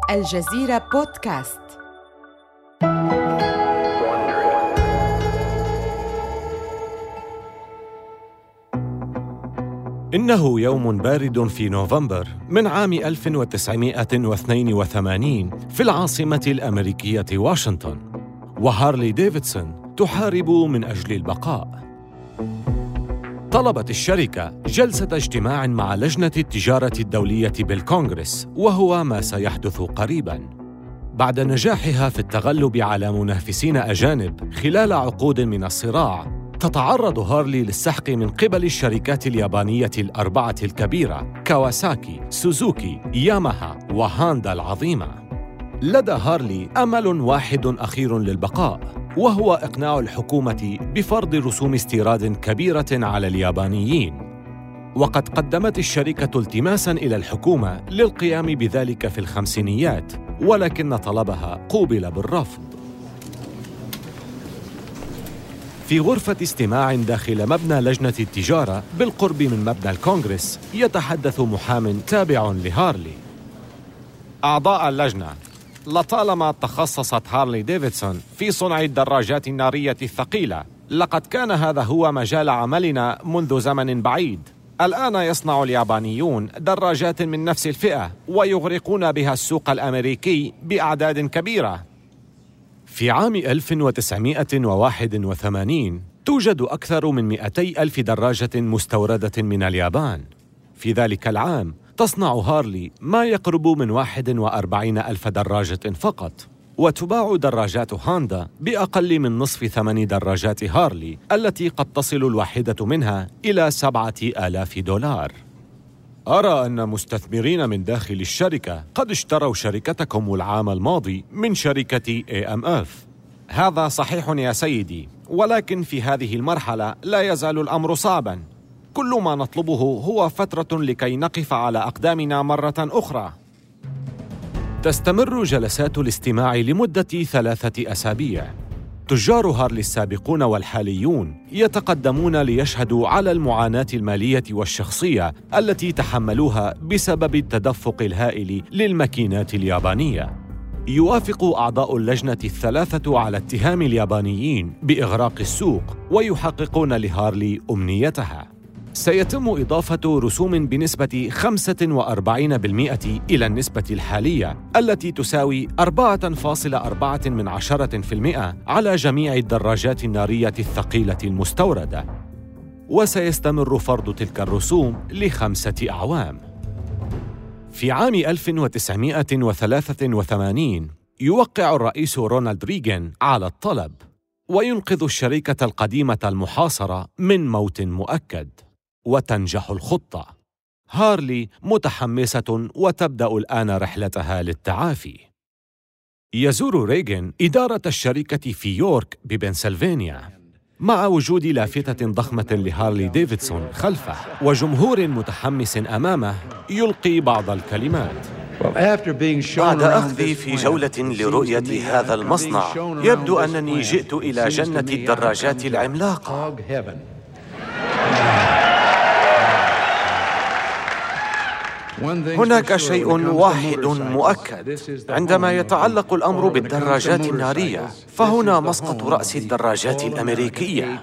الجزيرة بودكاست. إنه يوم بارد في نوفمبر من عام 1982 في العاصمة الأمريكية واشنطن، وهارلي ديفيدسون تحارب من أجل البقاء. طلبت الشركة جلسة اجتماع مع لجنة التجارة الدولية بالكونغرس، وهو ما سيحدث قريباً. بعد نجاحها في التغلب على منافسين أجانب خلال عقود من الصراع، تتعرض هارلي للسحق من قبل الشركات اليابانية الأربعة الكبيرة كاواساكي، سوزوكي، ياماها وهاندا العظيمة. لدى هارلي أمل واحد أخير للبقاء، وهو إقناع الحكومة بفرض رسوم استيراد كبيرة على اليابانيين. وقد قدمت الشركة التماساً إلى الحكومة للقيام بذلك في الخمسينيات، ولكن طلبها قوبل بالرفض. في غرفة استماع داخل مبنى لجنة التجارة بالقرب من مبنى الكونغرس، يتحدث محام تابع لهارلي. أعضاء اللجنة، لطالما تخصصت هارلي ديفيدسون في صنع الدراجات النارية الثقيلة. لقد كان هذا هو مجال عملنا منذ زمن بعيد. الآن يصنع اليابانيون دراجات من نفس الفئة ويغرقون بها السوق الأمريكي بأعداد كبيرة. في عام 1981 توجد أكثر من 200,000 دراجة مستوردة من اليابان. في ذلك العام تصنع هارلي ما يقرب من 41,000 دراجة فقط، وتباع دراجات هاندا بأقل من نصف ثمن دراجات هارلي التي قد تصل الواحدة منها إلى 7,000 دولار. أرى أن مستثمرين من داخل الشركة قد اشتروا شركتكم العام الماضي من شركة AMF. هذا صحيح يا سيدي، ولكن في هذه المرحلة لا يزال الأمر صعباً. كل ما نطلبه هو فترة لكي نقف على أقدامنا مرة أخرى. تستمر جلسات الاستماع لمدة 3 أسابيع. تجار هارلي السابقون والحاليون يتقدمون ليشهدوا على المعاناة المالية والشخصية التي تحملوها بسبب التدفق الهائل للماكينات اليابانية. يوافق أعضاء اللجنة الثلاثة على اتهام اليابانيين بإغراق السوق، ويحققون لهارلي أمنيتها. سيتم إضافة رسوم بنسبة 45% إلى النسبة الحالية التي تساوي 4.4% على جميع الدراجات النارية الثقيلة المستوردة، وسيستمر فرض تلك الرسوم ل5 أعوام. في عام 1983 يوقع الرئيس رونالد ريغان على الطلب، وينقذ الشركة القديمة المحاصرة من موت مؤكد، وتنجح الخطة. هارلي متحمسة وتبدأ الآن رحلتها للتعافي. يزور ريغان إدارة الشركة في يورك ببنسلفانيا مع وجود لافتة ضخمة لهارلي ديفيدسون خلفه وجمهور متحمس أمامه يلقي بعض الكلمات. بعد أخذي في جولة لرؤية هذا المصنع، يبدو أنني جئت إلى جنة الدراجات العملاقة. هناك شيء واحد مؤكد: عندما يتعلق الأمر بالدراجات النارية، فهنا مسقط رأس الدراجات الأمريكية.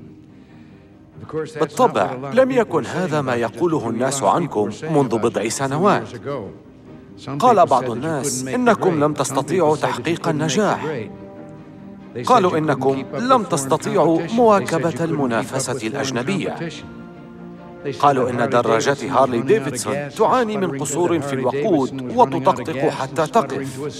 بالطبع لم يكن هذا ما يقوله الناس عنكم منذ بضع سنوات. قال بعض الناس إنكم لم تستطيعوا تحقيق النجاح. قالوا إنكم لم تستطيعوا مواكبة المنافسة الأجنبية. قالوا إن دراجات هارلي ديفيدسون تعاني من قصور في الوقود وتطقطق حتى تقف.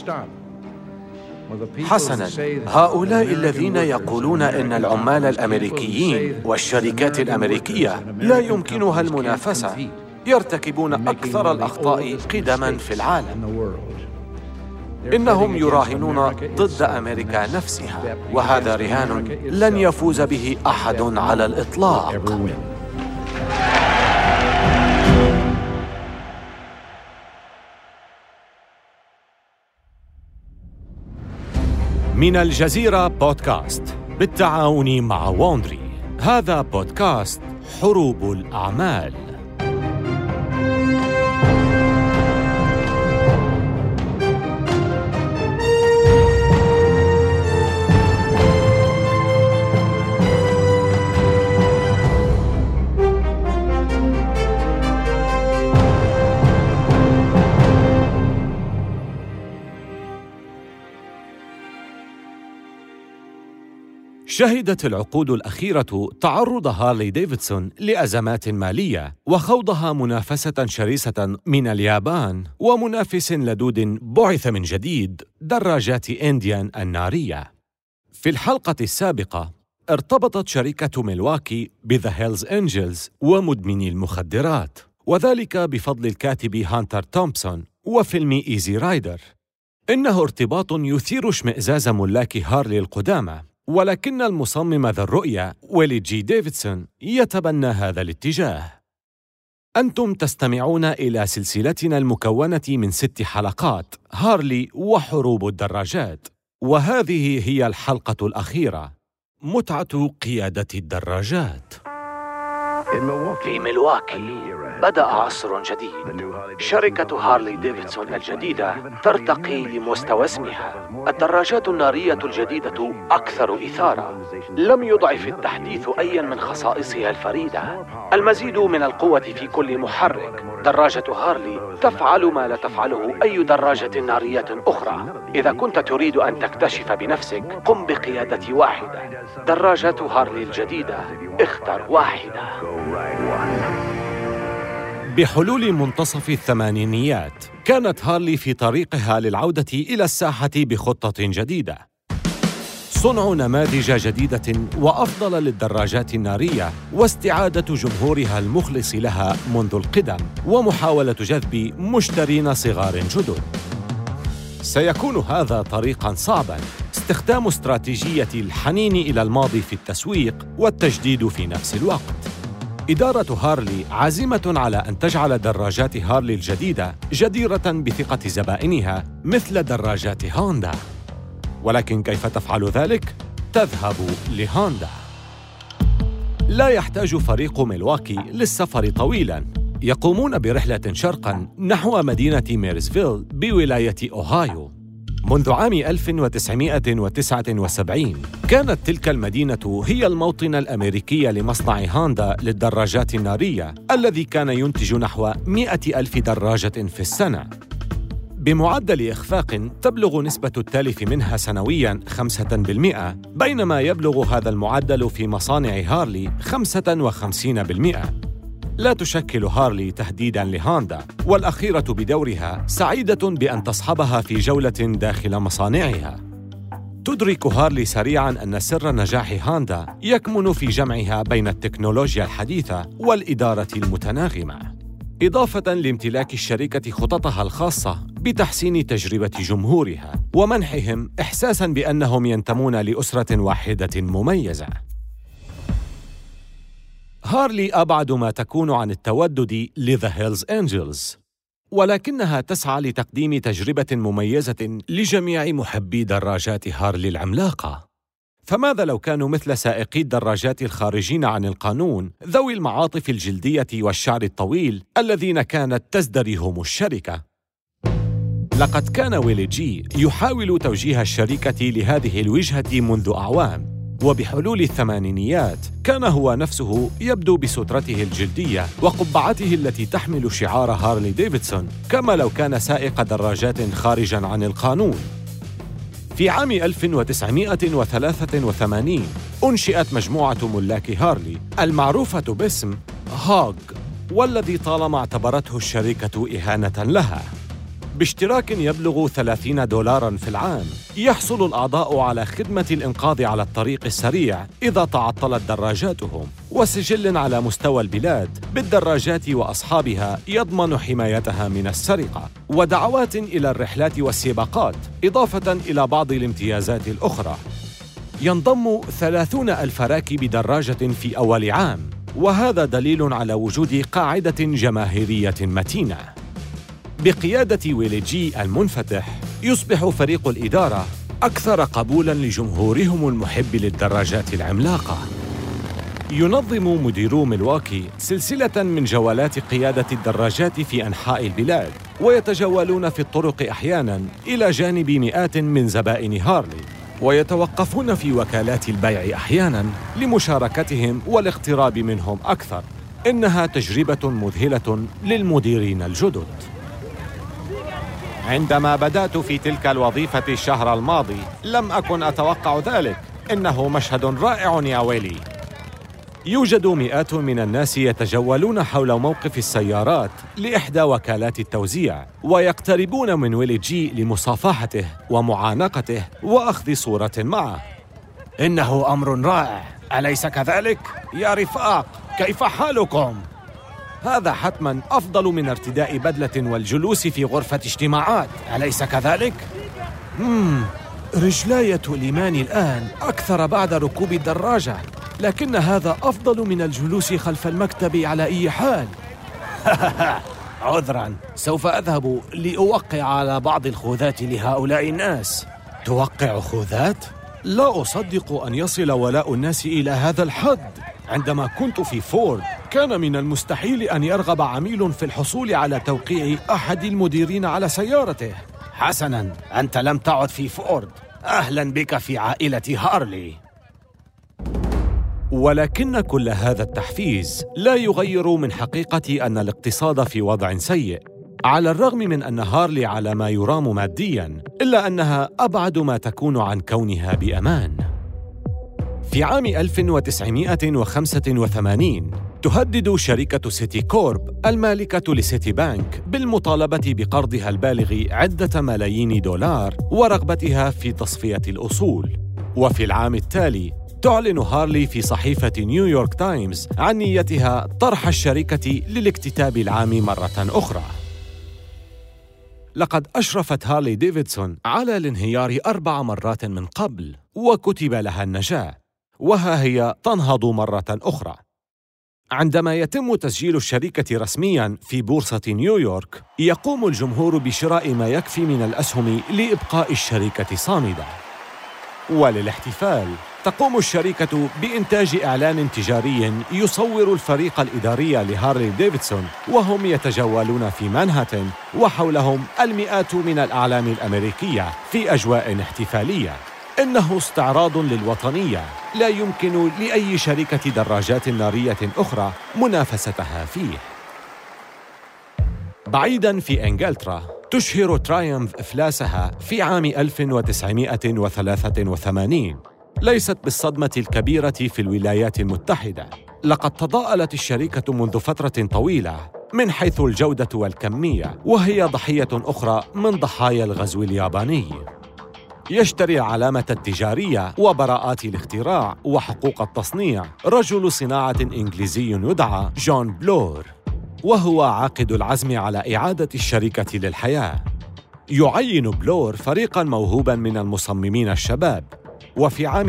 حسناً، هؤلاء الذين يقولون إن العمال الأمريكيين والشركات الأمريكية لا يمكنها المنافسة يرتكبون أكثر الأخطاء قدماً في العالم. إنهم يراهنون ضد أمريكا نفسها، وهذا رهان لن يفوز به أحد على الإطلاق. من الجزيرة بودكاست بالتعاون مع ووندري. هذا بودكاست حروب الأعمال. شهدت العقود الأخيرة تعرض هارلي ديفيدسون لأزمات مالية وخوضها منافسة شرسة من اليابان ومنافس لدود بعث من جديد، دراجات إنديان النارية. في الحلقة السابقة ارتبطت شركة ميلواكي بذا هيلز أنجلز ومدمني المخدرات، وذلك بفضل الكاتب هانتر تومبسون وفيلم إيزي رايدر. إنه ارتباط يثير اشمئزاز ملاك هارلي القدامى، ولكن المصمم ذا الرؤية ويلي جي ديفيدسون يتبنى هذا الاتجاه. أنتم تستمعون إلى سلسلتنا المكونة من 6 حلقات هارلي وحروب الدراجات، وهذه هي الحلقة الأخيرة، متعة قيادة الدراجات. في ميلواكي بدأ عصر جديد. شركة هارلي ديفيدسون الجديدة ترتقي لمستوى اسمها. الدراجات النارية الجديدة أكثر إثارة. لم يضعف التحديث أياً من خصائصها الفريدة. المزيد من القوة في كل محرك. دراجة هارلي تفعل ما لا تفعله أي دراجة نارية أخرى. إذا كنت تريد أن تكتشف بنفسك، قم بقيادة واحدة. دراجة هارلي الجديدة، اختر واحدة. بحلول منتصف الثمانينيات كانت هارلي في طريقها للعودة إلى الساحة بخطة جديدة، صنع نماذج جديدة وأفضل للدراجات النارية، واستعادة جمهورها المخلص لها منذ القدم، ومحاولة جذب مشترين صغار جدد. سيكون هذا طريقاً صعباً، استخدام استراتيجية الحنين إلى الماضي في التسويق والتجديد في نفس الوقت. إدارة هارلي عازمة على أن تجعل دراجات هارلي الجديدة جديرة بثقة زبائنها مثل دراجات هوندا. ولكن كيف تفعل ذلك؟ تذهب لهوندا. لا يحتاج فريق ميلواكي للسفر طويلاً. يقومون برحلة شرقاً نحو مدينة ميرزفيل بولاية أوهايو. منذ عام 1979 كانت تلك المدينة هي الموطن الأمريكي لمصنع هوندا للدراجات النارية الذي كان ينتج نحو 100,000 دراجة في السنة. بمعدل إخفاق تبلغ نسبة التالف منها سنوياً 5%، بينما يبلغ هذا المعدل في مصانع هارلي 55%. لا تشكل هارلي تهديداً لهوندا، والأخيرة بدورها سعيدة بأن تصحبها في جولة داخل مصانعها. تدرك هارلي سريعاً أن سر نجاح هوندا يكمن في جمعها بين التكنولوجيا الحديثة والإدارة المتناغمة، إضافة لامتلاك الشركة خططها الخاصة بتحسين تجربة جمهورها ومنحهم إحساساً بأنهم ينتمون لأسرة واحدة مميزة. هارلي أبعد ما تكون عن التودد لذا هيلز أنجلز، ولكنها تسعى لتقديم تجربة مميزة لجميع محبي دراجات هارلي العملاقة. فماذا لو كانوا مثل سائقي الدراجات الخارجين عن القانون ذوي المعاطف الجلدية والشعر الطويل الذين كانت تزدريهم الشركة؟ لقد كان ويلي جي يحاول توجيه الشركة لهذه الوجهة منذ أعوام، وبحلول الثمانينيات كان هو نفسه يبدو بسترته الجلدية وقبعته التي تحمل شعار هارلي ديفيدسون، كما لو كان سائق دراجات خارجاً عن القانون. في عام 1983 أنشئت مجموعة ملاك هارلي المعروفة باسم هوغ، والذي طالما اعتبرته الشركة إهانة لها. باشتراك يبلغ $30 في العام يحصل الأعضاء على خدمة الإنقاذ على الطريق السريع إذا تعطلت دراجاتهم، وسجل على مستوى البلاد بالدراجات وأصحابها يضمن حمايتها من السرقة، ودعوات إلى الرحلات والسباقات، إضافة إلى بعض الامتيازات الأخرى. ينضم 30,000 راكب دراجة في أول عام، وهذا دليل على وجود قاعدة جماهيرية متينة. بقيادة ويلي جي المنفتح يصبح فريق الإدارة أكثر قبولاً لجمهورهم المحب للدراجات العملاقة. ينظم مديرو ميلواكي سلسلة من جولات قيادة الدراجات في أنحاء البلاد، ويتجولون في الطرق أحياناً إلى جانب مئات من زبائن هارلي، ويتوقفون في وكالات البيع أحياناً لمشاركتهم والاقتراب منهم أكثر. إنها تجربة مذهلة للمديرين الجدد. عندما بدأت في تلك الوظيفة الشهر الماضي لم أكن أتوقع ذلك، إنه مشهد رائع يا ويلي. يوجد مئات من الناس يتجولون حول موقف السيارات لإحدى وكالات التوزيع، ويقتربون من ويلي جي لمصافحته ومعانقته وأخذ صورة معه. إنه أمر رائع، أليس كذلك؟ يا رفاق، كيف حالكم؟ هذا حتماً أفضل من ارتداء بدلة والجلوس في غرفة اجتماعات، أليس كذلك؟ رجلاي تؤلمان الآن أكثر بعد ركوب الدراجة، لكن هذا أفضل من الجلوس خلف المكتب على أي حال. عذراً، سوف أذهب لأوقع على بعض الخوذات لهؤلاء الناس. توقع خوذات؟ لا أصدق أن يصل ولاء الناس إلى هذا الحد. عندما كنت في فورد كان من المستحيل أن يرغب عميل في الحصول على توقيع أحد المديرين على سيارته. حسناً، أنت لم تعد في فورد. أهلاً بك في عائلة هارلي. ولكن كل هذا التحفيز لا يغير من حقيقة أن الاقتصاد في وضع سيء. على الرغم من أن هارلي على ما يرام مادياً، إلا أنها أبعد ما تكون عن كونها بأمان. في عام 1985 تهدد شركة سيتي كورب المالكة لسيتي بانك بالمطالبة بقرضها البالغ عدة ملايين دولار ورغبتها في تصفية الأصول. وفي العام التالي تعلن هارلي في صحيفة نيويورك تايمز عن نيتها طرح الشركة للاكتتاب العام مرة أخرى. لقد أشرفت هارلي ديفيدسون على الانهيار 4 مرات من قبل، وكتب لها النجاة، وها هي تنهض مرة أخرى. عندما يتم تسجيل الشركة رسمياً في بورصة نيويورك، يقوم الجمهور بشراء ما يكفي من الأسهم لإبقاء الشركة صامدة. وللاحتفال تقوم الشركة بإنتاج إعلان تجاري يصور الفريق الإداري لهارلي ديفيدسون وهم يتجولون في مانهاتن، وحولهم المئات من الأعلام الأمريكية في أجواء احتفالية. إنه استعراض للوطنية لا يمكن لأي شركة دراجات نارية أخرى منافستها فيه. بعيداً في إنجلترا، تشهر ترايمف إفلاسها في عام 1983. ليست بالصدمة الكبيرة في الولايات المتحدة. لقد تضاءلت الشركة منذ فترة طويلة من حيث الجودة والكمية، وهي ضحية أخرى من ضحايا الغزو الياباني. يشتري العلامة التجارية وبراءات الاختراع وحقوق التصنيع رجل صناعة إنجليزي يدعى جون بلور، وهو عاقد العزم على إعادة الشركة للحياة. يعين بلور فريقاً موهوباً من المصممين الشباب، وفي عام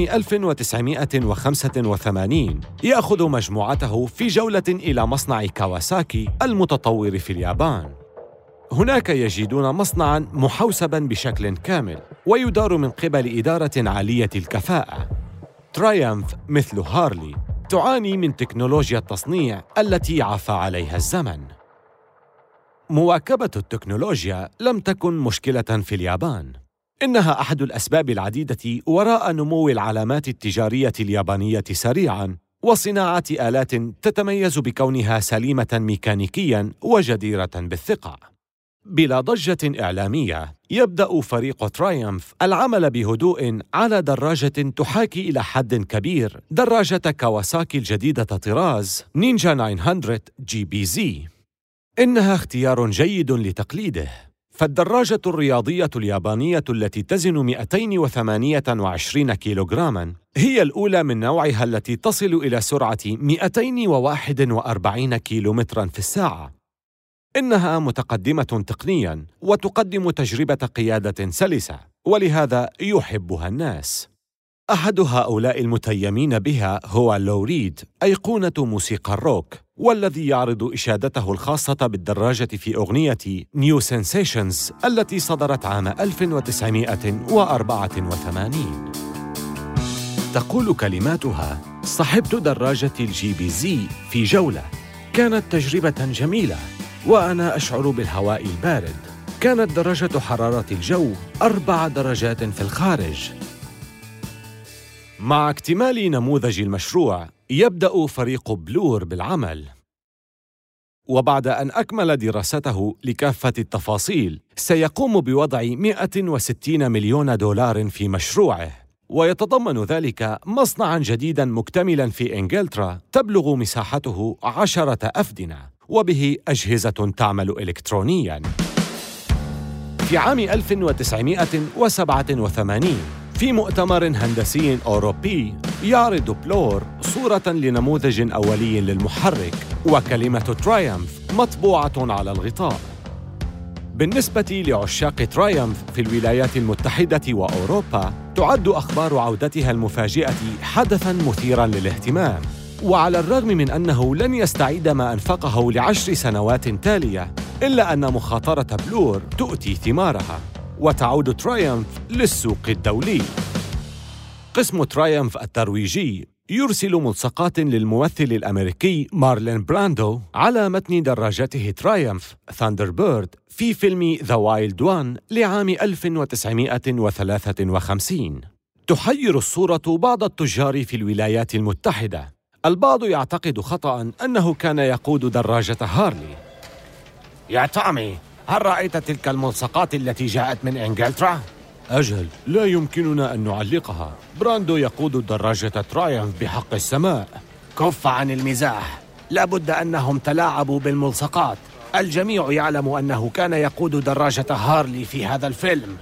1985 يأخذ مجموعته في جولة إلى مصنع كاواساكي المتطور في اليابان. هناك يجدون مصنعاً محوسباً بشكل كامل ويدار من قبل إدارة عالية الكفاءة. ترايمف مثل هارلي تعاني من تكنولوجيا التصنيع التي عفى عليها الزمن. مواكبة التكنولوجيا لم تكن مشكلة في اليابان. إنها أحد الأسباب العديدة وراء نمو العلامات التجارية اليابانية سريعاً، وصناعة آلات تتميز بكونها سليمة ميكانيكياً وجديرة بالثقة. بلا ضجة إعلامية، يبدأ فريق ترايمف العمل بهدوء على دراجة تحاكي إلى حد كبير دراجة كاواساكي الجديدة طراز نينجا 900 GBZ. إنها اختيار جيد لتقليده، فالدراجة الرياضية اليابانية التي تزن 228 كيلوغراما هي الأولى من نوعها التي تصل إلى سرعة 241 كيلومتراً في الساعة. إنها متقدمة تقنياً وتقدم تجربة قيادة سلسة، ولهذا يحبها الناس. أحد هؤلاء المتيمين بها هو لو ريد، أيقونة موسيقى الروك، والذي يعرض إشادته الخاصة بالدراجة في أغنية نيو سنسيشنز التي صدرت عام 1984. تقول كلماتها: صحبت دراجتي الGBZ في جولة، كانت تجربة جميلة وأنا أشعر بالهواء البارد. كانت درجة حرارة الجو 4 درجات في الخارج. مع اكتمال نموذج المشروع، يبدأ فريق بلور بالعمل. وبعد أن أكمل دراسته لكافة التفاصيل، سيقوم بوضع $160 مليون في مشروعه، ويتضمن ذلك مصنعاً جديداً مكتملاً في إنجلترا تبلغ مساحته 10 أفدنة وبه أجهزة تعمل إلكترونياً. في عام 1987 في مؤتمر هندسي أوروبي يعرض بلور صورة لنموذج أولي للمحرك وكلمة ترايمف مطبوعة على الغطاء. بالنسبة لعشاق ترايمف في الولايات المتحدة وأوروبا، تعد أخبار عودتها المفاجئة حدثاً مثيراً للاهتمام، وعلى الرغم من أنه لن يستعيد ما أنفقه ل10 سنوات تالية، إلا أن مخاطرة بلور تؤتي ثمارها، وتعود ترايمف للسوق الدولي. قسم ترايمف الترويجي يرسل ملصقات للممثل الأمريكي مارلين براندو على متن دراجته ترايمف ثاندربيرد في فيلم The Wild One لعام 1953. تحير الصورة بعض التجار في الولايات المتحدة. البعض يعتقد خطأ أنه كان يقود دراجة هارلي. يا تومي، هل رأيت تلك الملصقات التي جاءت من إنجلترا؟ أجل، لا يمكننا أن نعلقها. براندو يقود دراجة ترايمف بحق السماء. كف عن المزاح، لابد أنهم تلاعبوا بالملصقات. الجميع يعلم أنه كان يقود دراجة هارلي في هذا الفيلم.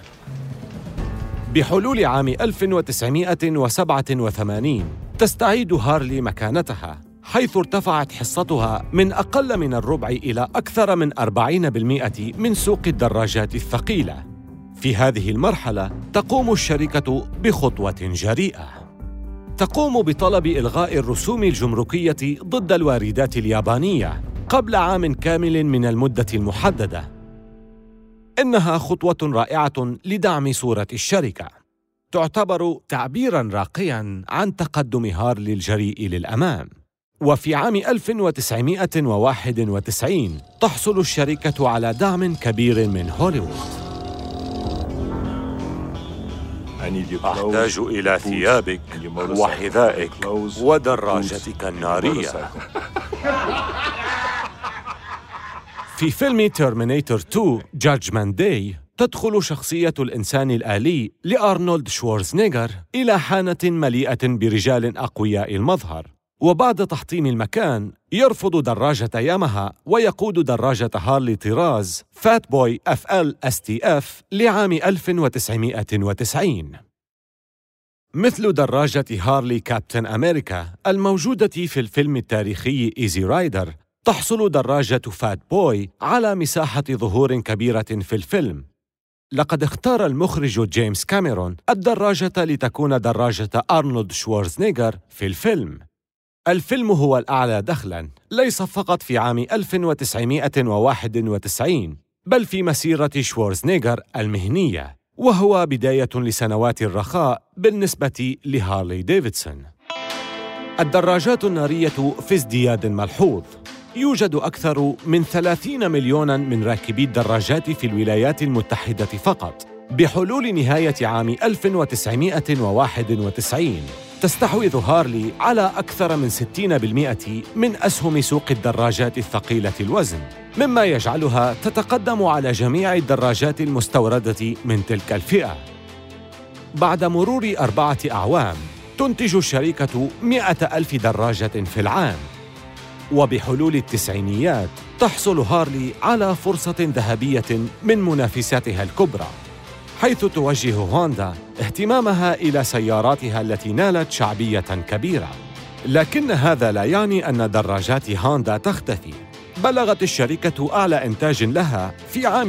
بحلول عام 1987 تستعيد هارلي مكانتها، حيث ارتفعت حصتها من أقل من الربع إلى أكثر من 40% من سوق الدراجات الثقيلة. في هذه المرحلة تقوم الشركة بخطوة جريئة. تقوم بطلب إلغاء الرسوم الجمركية ضد الواردات اليابانية قبل عام كامل من المدة المحددة. إنها خطوة رائعة لدعم صورة الشركة، تعتبر تعبيراً راقياً عن تقدم هارلي الجريء للأمام. وفي عام 1991 تحصل الشركة على دعم كبير من هوليوود. أحتاج إلى ثيابك وحذائك ودراجتك النارية. في فيلم تيرمينيتور 2 Judgment Day تدخل شخصية الإنسان الآلي لأرنولد شوارزنيغر إلى حانة مليئة برجال أقوياء المظهر، وبعد تحطيم المكان يرفض دراجة ياماها ويقود دراجة هارلي طراز فات بوي FL STF لعام 1990. مثل دراجة هارلي كابتن أمريكا الموجودة في الفيلم التاريخي إيزي رايدر، تحصل دراجة فات بوي على مساحة ظهور كبيرة في الفيلم. لقد اختار المخرج جيمس كاميرون الدراجة لتكون دراجة أرنولد شوارزنيغر في الفيلم. الفيلم هو الأعلى دخلاً ليس فقط في عام 1991 بل في مسيرة شوارزنيغر المهنية، وهو بداية لسنوات الرخاء بالنسبة لهارلي ديفيدسون. الدراجات النارية في ازدياد ملحوظ. يوجد أكثر من 30 مليوناً من راكبي الدراجات في الولايات المتحدة فقط. بحلول نهاية عام 1991 تستحوذ هارلي على أكثر من 60% من أسهم سوق الدراجات الثقيلة الوزن، مما يجعلها تتقدم على جميع الدراجات المستوردة من تلك الفئة. بعد مرور 4 أعوام تنتج الشركة 100,000 دراجة في العام. وبحلول التسعينيات تحصل هارلي على فرصة ذهبية من منافساتها الكبرى، حيث توجه هوندا اهتمامها إلى سياراتها التي نالت شعبية كبيرة. لكن هذا لا يعني أن دراجات هوندا تختفي. بلغت الشركة أعلى إنتاج لها في عام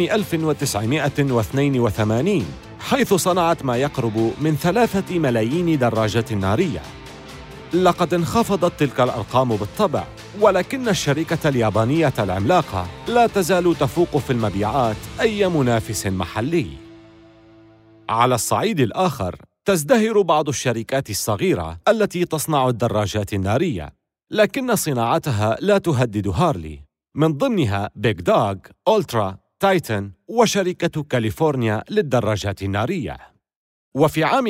1982، حيث صنعت ما يقرب من 3 ملايين دراجة نارية. لقد انخفضت تلك الأرقام بالطبع، ولكن الشركة اليابانية العملاقة لا تزال تفوق في المبيعات أي منافس محلي. على الصعيد الآخر، تزدهر بعض الشركات الصغيرة التي تصنع الدراجات النارية، لكن صناعتها لا تهدد هارلي، من ضمنها بيج دوغ، أولترا، تايتن، وشركة كاليفورنيا للدراجات النارية. وفي عام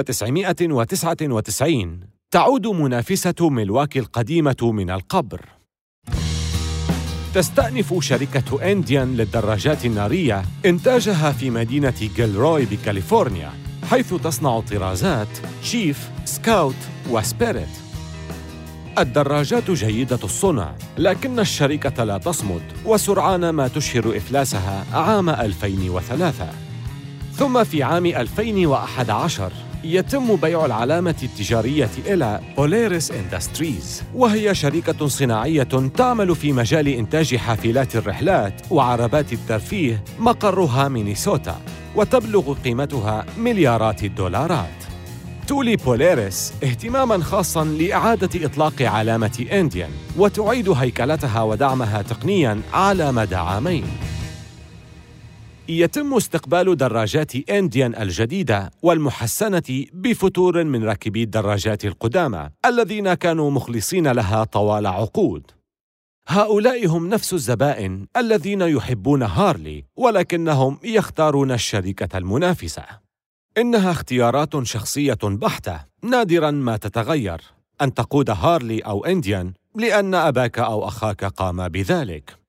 1999 تعود منافسة ميلواكي القديمة من القبر. تستأنف شركة إنديان للدراجات النارية إنتاجها في مدينة جيلروي بكاليفورنيا، حيث تصنع طرازات شيف، سكاوت وسبيريت. الدراجات جيدة الصنع، لكن الشركة لا تصمد، وسرعان ما تشهر إفلاسها عام 2003. ثم في عام 2011 يتم بيع العلامة التجارية إلى بوليرس إندستريز، وهي شركة صناعية تعمل في مجال إنتاج حافلات الرحلات وعربات الترفيه، مقرها مينيسوتا، وتبلغ قيمتها مليارات الدولارات. تولي بوليرس اهتماماً خاصاً لإعادة إطلاق علامة إنديان، وتعيد هيكلتها ودعمها تقنياً على مدى عامين. يتم استقبال دراجات إنديان الجديدة والمحسنة بفتور من راكبي الدراجات القدامى الذين كانوا مخلصين لها طوال عقود. هؤلاء هم نفس الزبائن الذين يحبون هارلي، ولكنهم يختارون الشركة المنافسة. إنها اختيارات شخصية بحتة، نادراً ما تتغير أن تقود هارلي أو إنديان لأن أباك أو أخاك قام بذلك.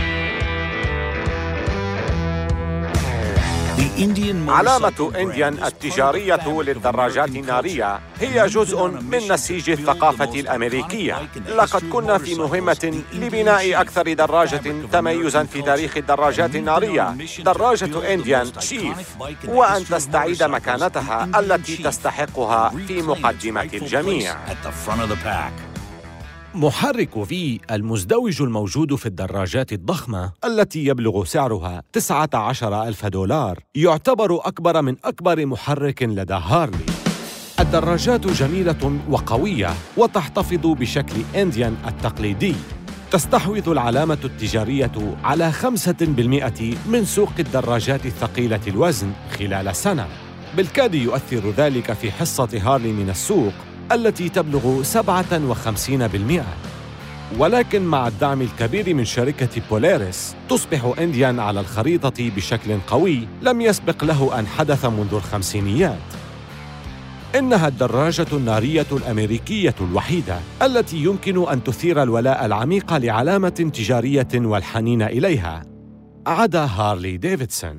علامة إنديان التجارية للدراجات النارية هي جزء من نسيج الثقافة الأمريكية. لقد كنا في مهمة لبناء أكثر دراجة تميزاً في تاريخ الدراجات النارية، دراجة إنديان شيف، وأن تستعيد مكانتها التي تستحقها في مقدمة الجميع. محرك في المزدوج الموجود في الدراجات الضخمة التي يبلغ سعرها 19,000 دولار يعتبر أكبر من أكبر محرك لدى هارلي. الدراجات جميلة وقوية وتحتفظ بشكل إنديان التقليدي. تستحوذ العلامة التجارية على 5% من سوق الدراجات الثقيلة الوزن خلال سنة. بالكاد يؤثر ذلك في حصة هارلي من السوق التي تبلغ 57%. ولكن مع الدعم الكبير من شركة بوليرس تصبح إنديان على الخريطة بشكل قوي لم يسبق له أن حدث منذ الخمسينيات. إنها الدراجة النارية الأمريكية الوحيدة التي يمكن أن تثير الولاء العميق لعلامة تجارية والحنين إليها، عدا هارلي ديفيدسون.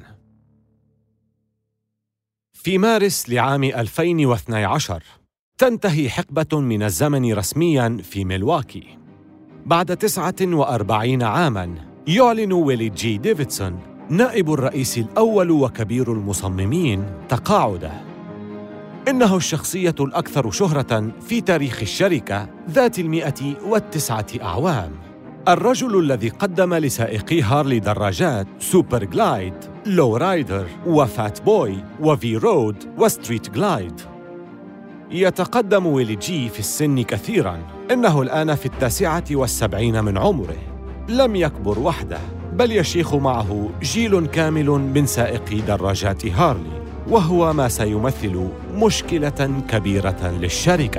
في مارس لعام 2012 تنتهي حقبة من الزمن رسمياً في ميلواكي. بعد 49 عاماً يعلن ويلي جي ديفيدسون نائب الرئيس الأول وكبير المصممين تقاعده. إنه الشخصية الأكثر شهرة في تاريخ الشركة ذات 109 أعوام. الرجل الذي قدم لسائقي هارلي دراجات سوبر جلايد، لو رايدر وفات بوي وفي رود وستريت جلايد. يتقدم ويلي جي في السن كثيراً، إنه الآن في 79 من عمره. لم يكبر وحده، بل يشيخ معه جيل كامل من سائقي دراجات هارلي، وهو ما سيمثل مشكلة كبيرة للشركة.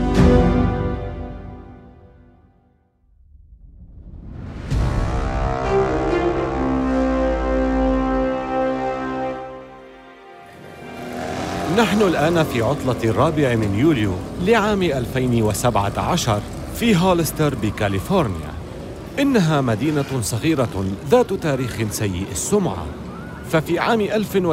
نحن الآن في عطلة 4 من يوليو لعام 2017 في هولستر بكاليفورنيا. إنها مدينة صغيرة ذات تاريخ سيء السمعة. ففي عام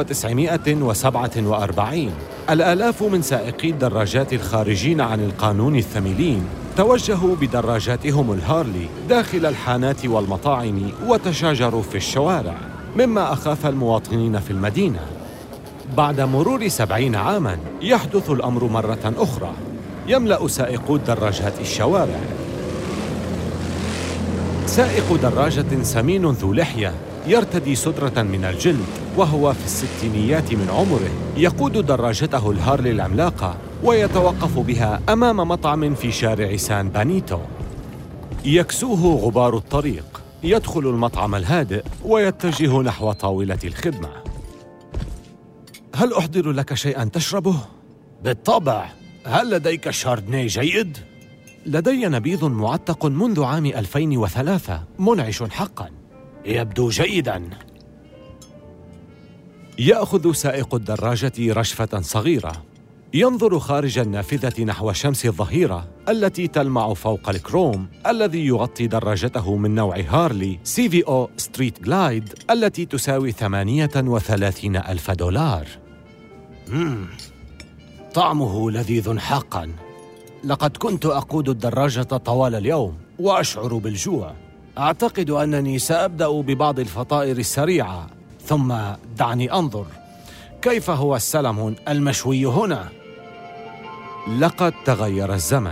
1947 الآلاف من سائقي الدراجات الخارجين عن القانون الثملين توجهوا بدراجاتهم الهارلي داخل الحانات والمطاعم وتشاجروا في الشوارع، مما أخاف المواطنين في المدينة. بعد مرور 70 عاماً يحدث الأمر مرة أخرى. يملأ سائقو الدراجات الشوارع. سائق دراجة سمين ذو لحية يرتدي سترة من الجلد وهو في الستينيات من عمره يقود دراجته الهارلي العملاقة ويتوقف بها أمام مطعم في شارع سان بانيتو. يكسوه غبار الطريق. يدخل المطعم الهادئ ويتجه نحو طاولة الخدمة. هل أحضر لك شيئاً تشربه؟ بالطبع. هل لديك شاردني جيد؟ لدي نبيذ معتق منذ عام 2003 منعش حقاً. يبدو جيداً. يأخذ سائق الدراجة رشفة صغيرة. ينظر خارج النافذة نحو شمس الظهيرة التي تلمع فوق الكروم الذي يغطي دراجته من نوع هارلي CVO ستريت جلايد التي تساوي 38,000 دولار. طعمه لذيذ حقاً. لقد كنت أقود الدراجة طوال اليوم وأشعر بالجوع. أعتقد أنني سأبدأ ببعض الفطائر السريعة، ثم دعني أنظر كيف هو السلمون المشوي هنا. لقد تغير الزمن.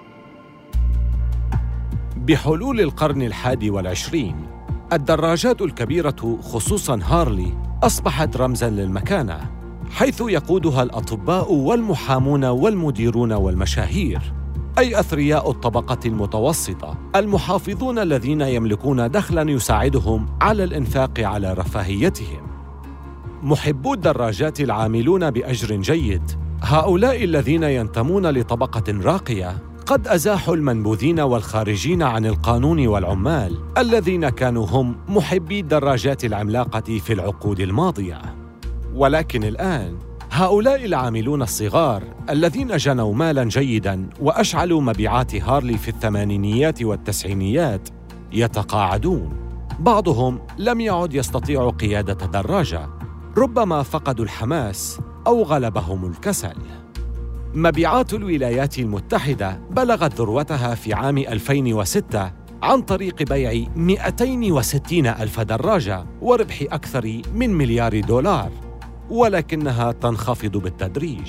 بحلول القرن 21 الدراجات الكبيرة خصوصاً هارلي أصبحت رمزاً للمكانة، حيث يقودها الأطباء والمحامون والمديرون والمشاهير، أي أثرياء الطبقة المتوسطة المحافظون الذين يملكون دخلاً يساعدهم على الإنفاق على رفاهيتهم. محبو الدراجات العاملون بأجر جيد، هؤلاء الذين ينتمون لطبقة راقية، قد أزاحوا المنبوذين والخارجين عن القانون والعمال الذين كانوا هم محبي الدراجات العملاقة في العقود الماضية. ولكن الآن هؤلاء العاملون الصغار الذين جنوا مالاً جيداً وأشعلوا مبيعات هارلي في الثمانينيات والتسعينيات يتقاعدون. بعضهم لم يعد يستطيع قيادة دراجة، ربما فقدوا الحماس أو غلبهم الكسل. مبيعات الولايات المتحدة بلغت ذروتها في عام 2006 عن طريق بيع 260 ألف دراجة وربح أكثر من مليار دولار، ولكنها تنخفض بالتدريج.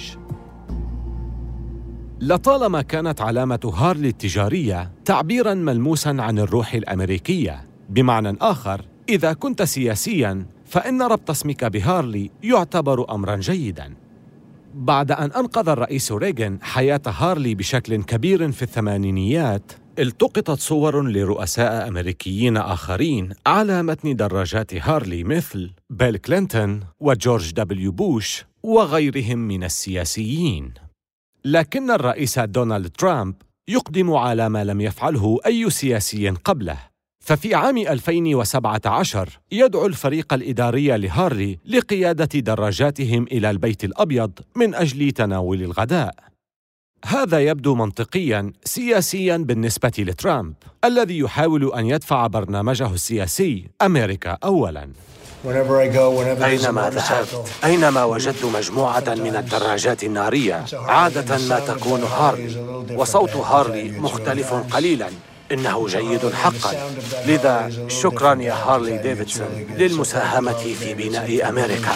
لطالما كانت علامة هارلي التجارية تعبيراً ملموساً عن الروح الأمريكية. بمعنى آخر، إذا كنت سياسياً فإن ربط اسمك بهارلي يعتبر أمراً جيداً. بعد أن أنقذ الرئيس ريغان حياة هارلي بشكل كبير في الثمانينيات، التقطت صور لرؤساء أمريكيين آخرين على متن دراجات هارلي مثل بيل كلينتون وجورج دبليو بوش وغيرهم من السياسيين. لكن الرئيس دونالد ترامب يقدم على ما لم يفعله أي سياسي قبله، ففي عام 2017 يدعو الفريق الإداري لهارلي لقيادة دراجاتهم إلى البيت الأبيض من أجل تناول الغداء. هذا يبدو منطقياً سياسياً بالنسبة لترامب الذي يحاول أن يدفع برنامجه السياسي أمريكا أولاً. أينما ذهبت، أينما وجدت مجموعة من الدراجات النارية، عادة ما تكون هارلي، وصوت هارلي مختلف قليلاً. إنه جيد حقاً. لذا شكراً يا هارلي ديفيدسون للمساهمة في بناء أمريكا.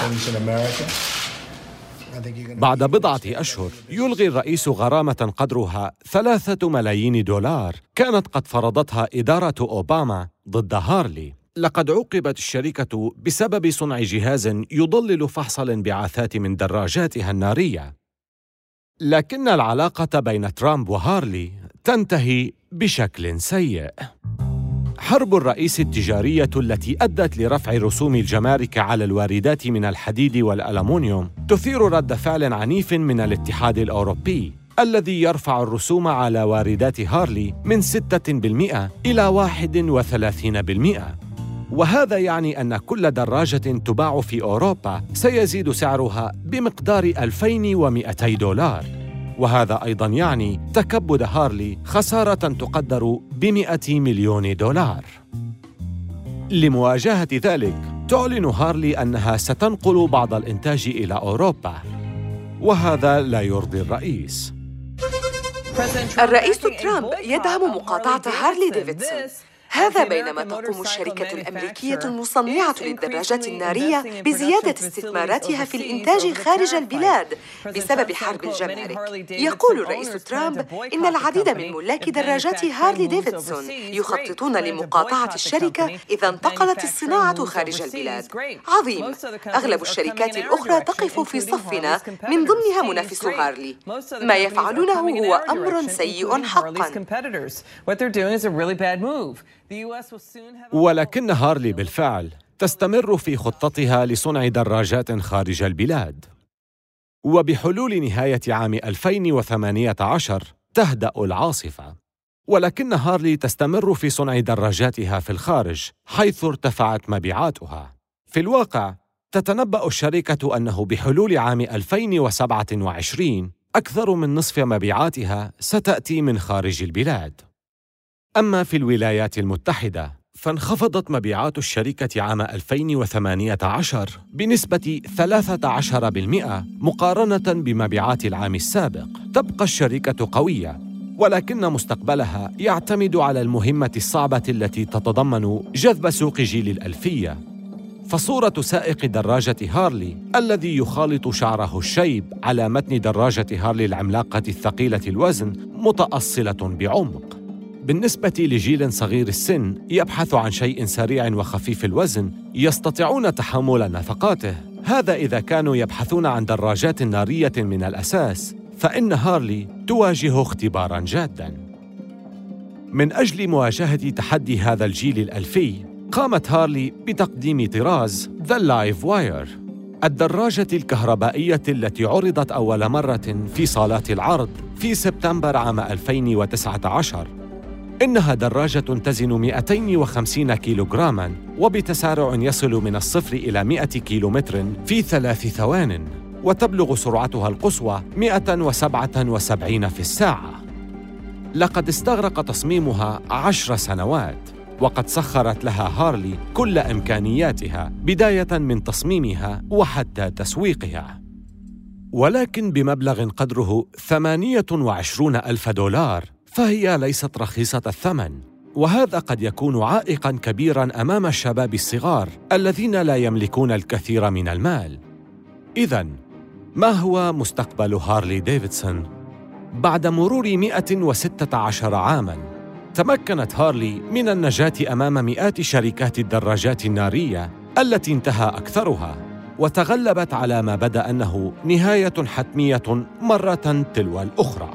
بعد بضعة أشهر يلغي الرئيس غرامة قدرها 3 ملايين دولار كانت قد فرضتها إدارة أوباما ضد هارلي. لقد عوقبت الشركة بسبب صنع جهاز يضلل فحص الانبعاثات من دراجاتها النارية. لكن العلاقة بين ترامب وهارلي تنتهي بشكل سيء. حرب الرئيس التجارية التي أدت لرفع رسوم الجمارك على الواردات من الحديد والألمنيوم تثير رد فعل عنيف من الاتحاد الأوروبي الذي يرفع الرسوم على واردات هارلي من 6% إلى 31%. وهذا يعني أن كل دراجة تباع في أوروبا سيزيد سعرها بمقدار 2200 دولار. وهذا أيضاً يعني تكبد هارلي خسارة تقدر ب100 مليون دولار. لمواجهة ذلك تعلن هارلي أنها ستنقل بعض الإنتاج إلى أوروبا، وهذا لا يرضي الرئيس. الرئيس ترامب يدعم مقاطعة هارلي ديفيدسون، هذا بينما تقوم الشركة الأمريكية المصنعة للدراجات النارية بزيادة استثماراتها في الإنتاج خارج البلاد بسبب حرب الجمارك. يقول الرئيس ترامب إن العديد من ملاك دراجات هارلي ديفيدسون يخططون لمقاطعة الشركة إذا انتقلت الصناعة خارج البلاد. عظيم، أغلب الشركات الأخرى تقف في صفنا من ضمنها منافس هارلي. ما يفعلونه هو أمر سيء حقاً. ولكن هارلي بالفعل تستمر في خطتها لصنع دراجات خارج البلاد. وبحلول نهاية عام 2018 تهدأ العاصفة، ولكن هارلي تستمر في صنع دراجاتها في الخارج حيث ارتفعت مبيعاتها. في الواقع تتنبأ الشركة أنه بحلول عام 2027 أكثر من نصف مبيعاتها ستأتي من خارج البلاد. أما في الولايات المتحدة فانخفضت مبيعات الشركة عام 2018 بنسبة 13% مقارنة بمبيعات العام السابق. تبقى الشركة قوية، ولكن مستقبلها يعتمد على المهمة الصعبة التي تتضمن جذب سوق جيل الألفية. فصورة سائق دراجة هارلي الذي يخالط شعره الشيب على متن دراجة هارلي العملاقة الثقيلة الوزن متأصلة بعمق. بالنسبة لجيل صغير السن يبحث عن شيء سريع وخفيف الوزن يستطيعون تحمل نفقاته، هذا إذا كانوا يبحثون عن دراجات نارية من الأساس، فإن هارلي تواجه اختباراً جاداً. من أجل مواجهة تحدي هذا الجيل الألفي، قامت هارلي بتقديم طراز The Live Wire، الدراجة الكهربائية التي عرضت أول مرة في صالات العرض في سبتمبر عام 2019. إنها دراجة تزن 250 كيلوغراما وبتسارع يصل من 0 إلى 100 كيلومتر في 3 ثوان، وتبلغ سرعتها القصوى 177 في الساعة. لقد استغرق تصميمها 10 سنوات، وقد سخرت لها هارلي كل إمكانياتها بداية من تصميمها وحتى تسويقها. ولكن بمبلغ قدره 28,000 دولار فهي ليست رخيصة الثمن، وهذا قد يكون عائقاً كبيراً أمام الشباب الصغار الذين لا يملكون الكثير من المال. إذن، ما هو مستقبل هارلي ديفيدسون؟ بعد مرور 116 عاماً، تمكنت هارلي من النجاة أمام مئات شركات الدراجات النارية التي انتهى أكثرها، وتغلبت على ما بدا أنه نهاية حتمية مرة تلو الأخرى.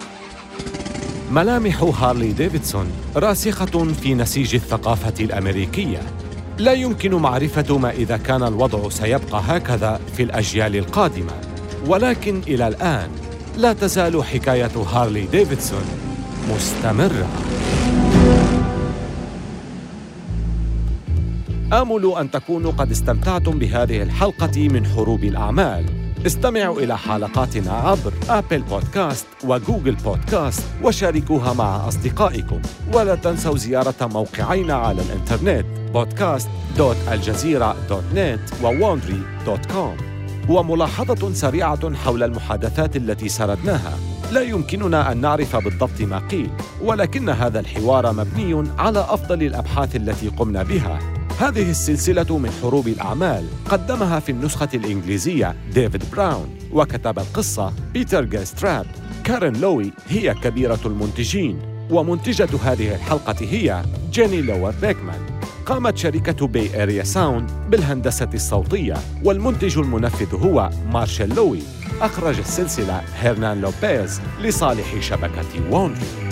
ملامح هارلي ديفيدسون راسخة في نسيج الثقافة الأمريكية. لا يمكن معرفة ما إذا كان الوضع سيبقى هكذا في الأجيال القادمة، ولكن إلى الآن لا تزال حكاية هارلي ديفيدسون مستمرة. آمل أن تكونوا قد استمتعتم بهذه الحلقة من حروب الأعمال. استمعوا إلى حلقاتنا عبر آبل بودكاست وجوجل بودكاست وشاركوها مع أصدقائكم، ولا تنسوا زيارة موقعينا على الإنترنت podcast.aljazeera.net وwandry.com. وملاحظة سريعة حول المحادثات التي سردناها: لا يمكننا أن نعرف بالضبط ما قيل، ولكن هذا الحوار مبني على أفضل الأبحاث التي قمنا بها. هذه السلسلة من حروب الأعمال قدمها في النسخة الإنجليزية ديفيد براون، وكتب القصة بيتر جاستراب. كارين لوي هي كبيرة المنتجين، ومنتجة هذه الحلقة هي جيني لوور بيكمان. قامت شركة بي إريا ساوند بالهندسة الصوتية، والمنتج المنفذ هو مارشيل لوي. أخرج السلسلة هيرنان لوبيز لصالح شبكة ووندري.